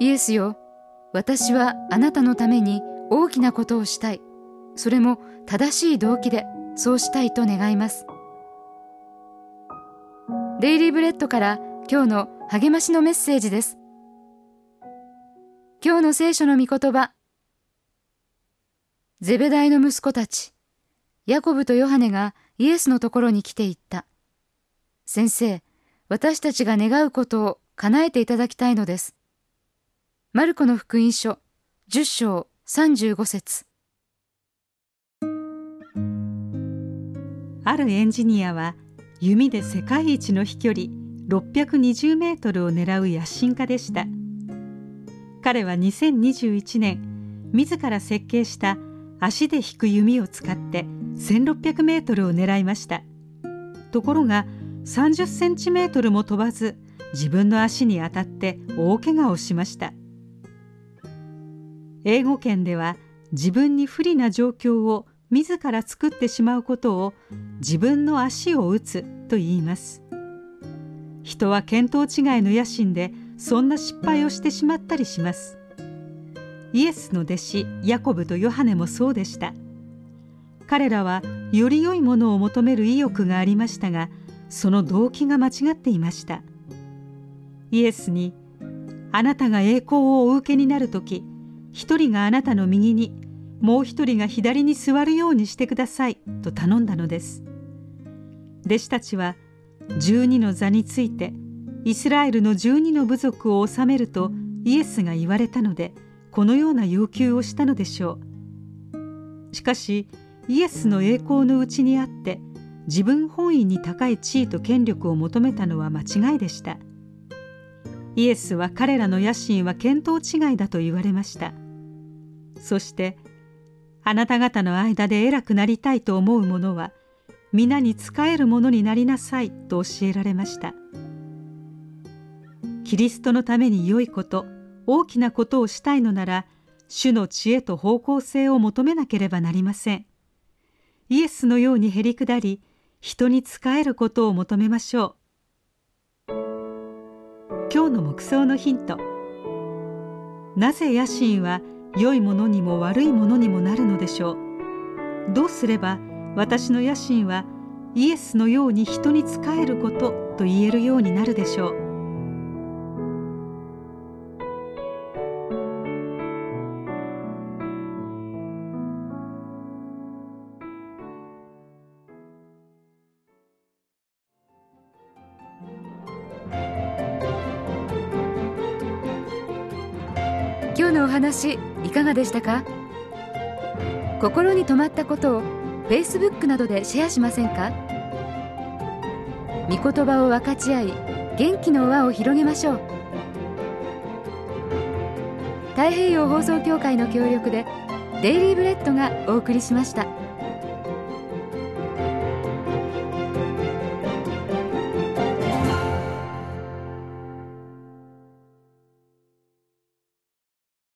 イエスよ、私はあなたのために大きなことをしたい。それも正しい動機でそうしたいと願います。デイリーブレッドから今日の励ましのメッセージです。今日の聖書の御言葉。ゼベダイの息子たち、ヤコブとヨハネがイエスのところに来て言った。先生、私たちが願うことを叶えていただきたいのです。マルコの福音書10章35節。 あるエンジニアは弓で世界一の飛距離620メートルを狙う野心家でした。彼は2021年自ら設計した足で引く弓を使って1600メートルを狙いました。ところが30センチメートルも飛ばず、自分の足に当たって大怪我をしました。英語圏では自分に不利な状況を自ら作ってしまうことを自分の足を打つと言います。人は見当違いの野心でそんな失敗をしてしまったりします。イエスの弟子ヤコブとヨハネもそうでした。彼らはより良いものを求める意欲がありましたが、その動機が間違っていました。イエスに、あなたが栄光をお受けになるとき、一人があなたの右に、もう一人が左に座るようにしてくださいと頼んだのです。弟子たちは12の座についてイスラエルの12の部族を治めるとイエスが言われたので、このような要求をしたのでしょう。しかしイエスの栄光のうちにあって自分本位に高い地位と権力を求めたのは間違いでした。イエスは彼らの野心は見当違いだと言われました。そしてあなた方の間で偉くなりたいと思う者は皆に仕える者になりなさいと教えられました。キリストのために良いこと、大きなことをしたいのなら、主の知恵と方向性を求めなければなりません。イエスのようにへり下り、人に仕えることを求めましょう。今日の黙想のヒント。なぜ野心は良いものにも悪いものにもなるのでしょう。どうすれば私の野心はイエスのように人に仕えることと言えるようになるでしょう。 今日のお話いかがでしたか？心に留まったことを Facebook などでシェアしませんか？御言葉を分かち合い、元気の輪を広げましょう。太平洋放送協会の協力でデイリーブレッドがお送りしました。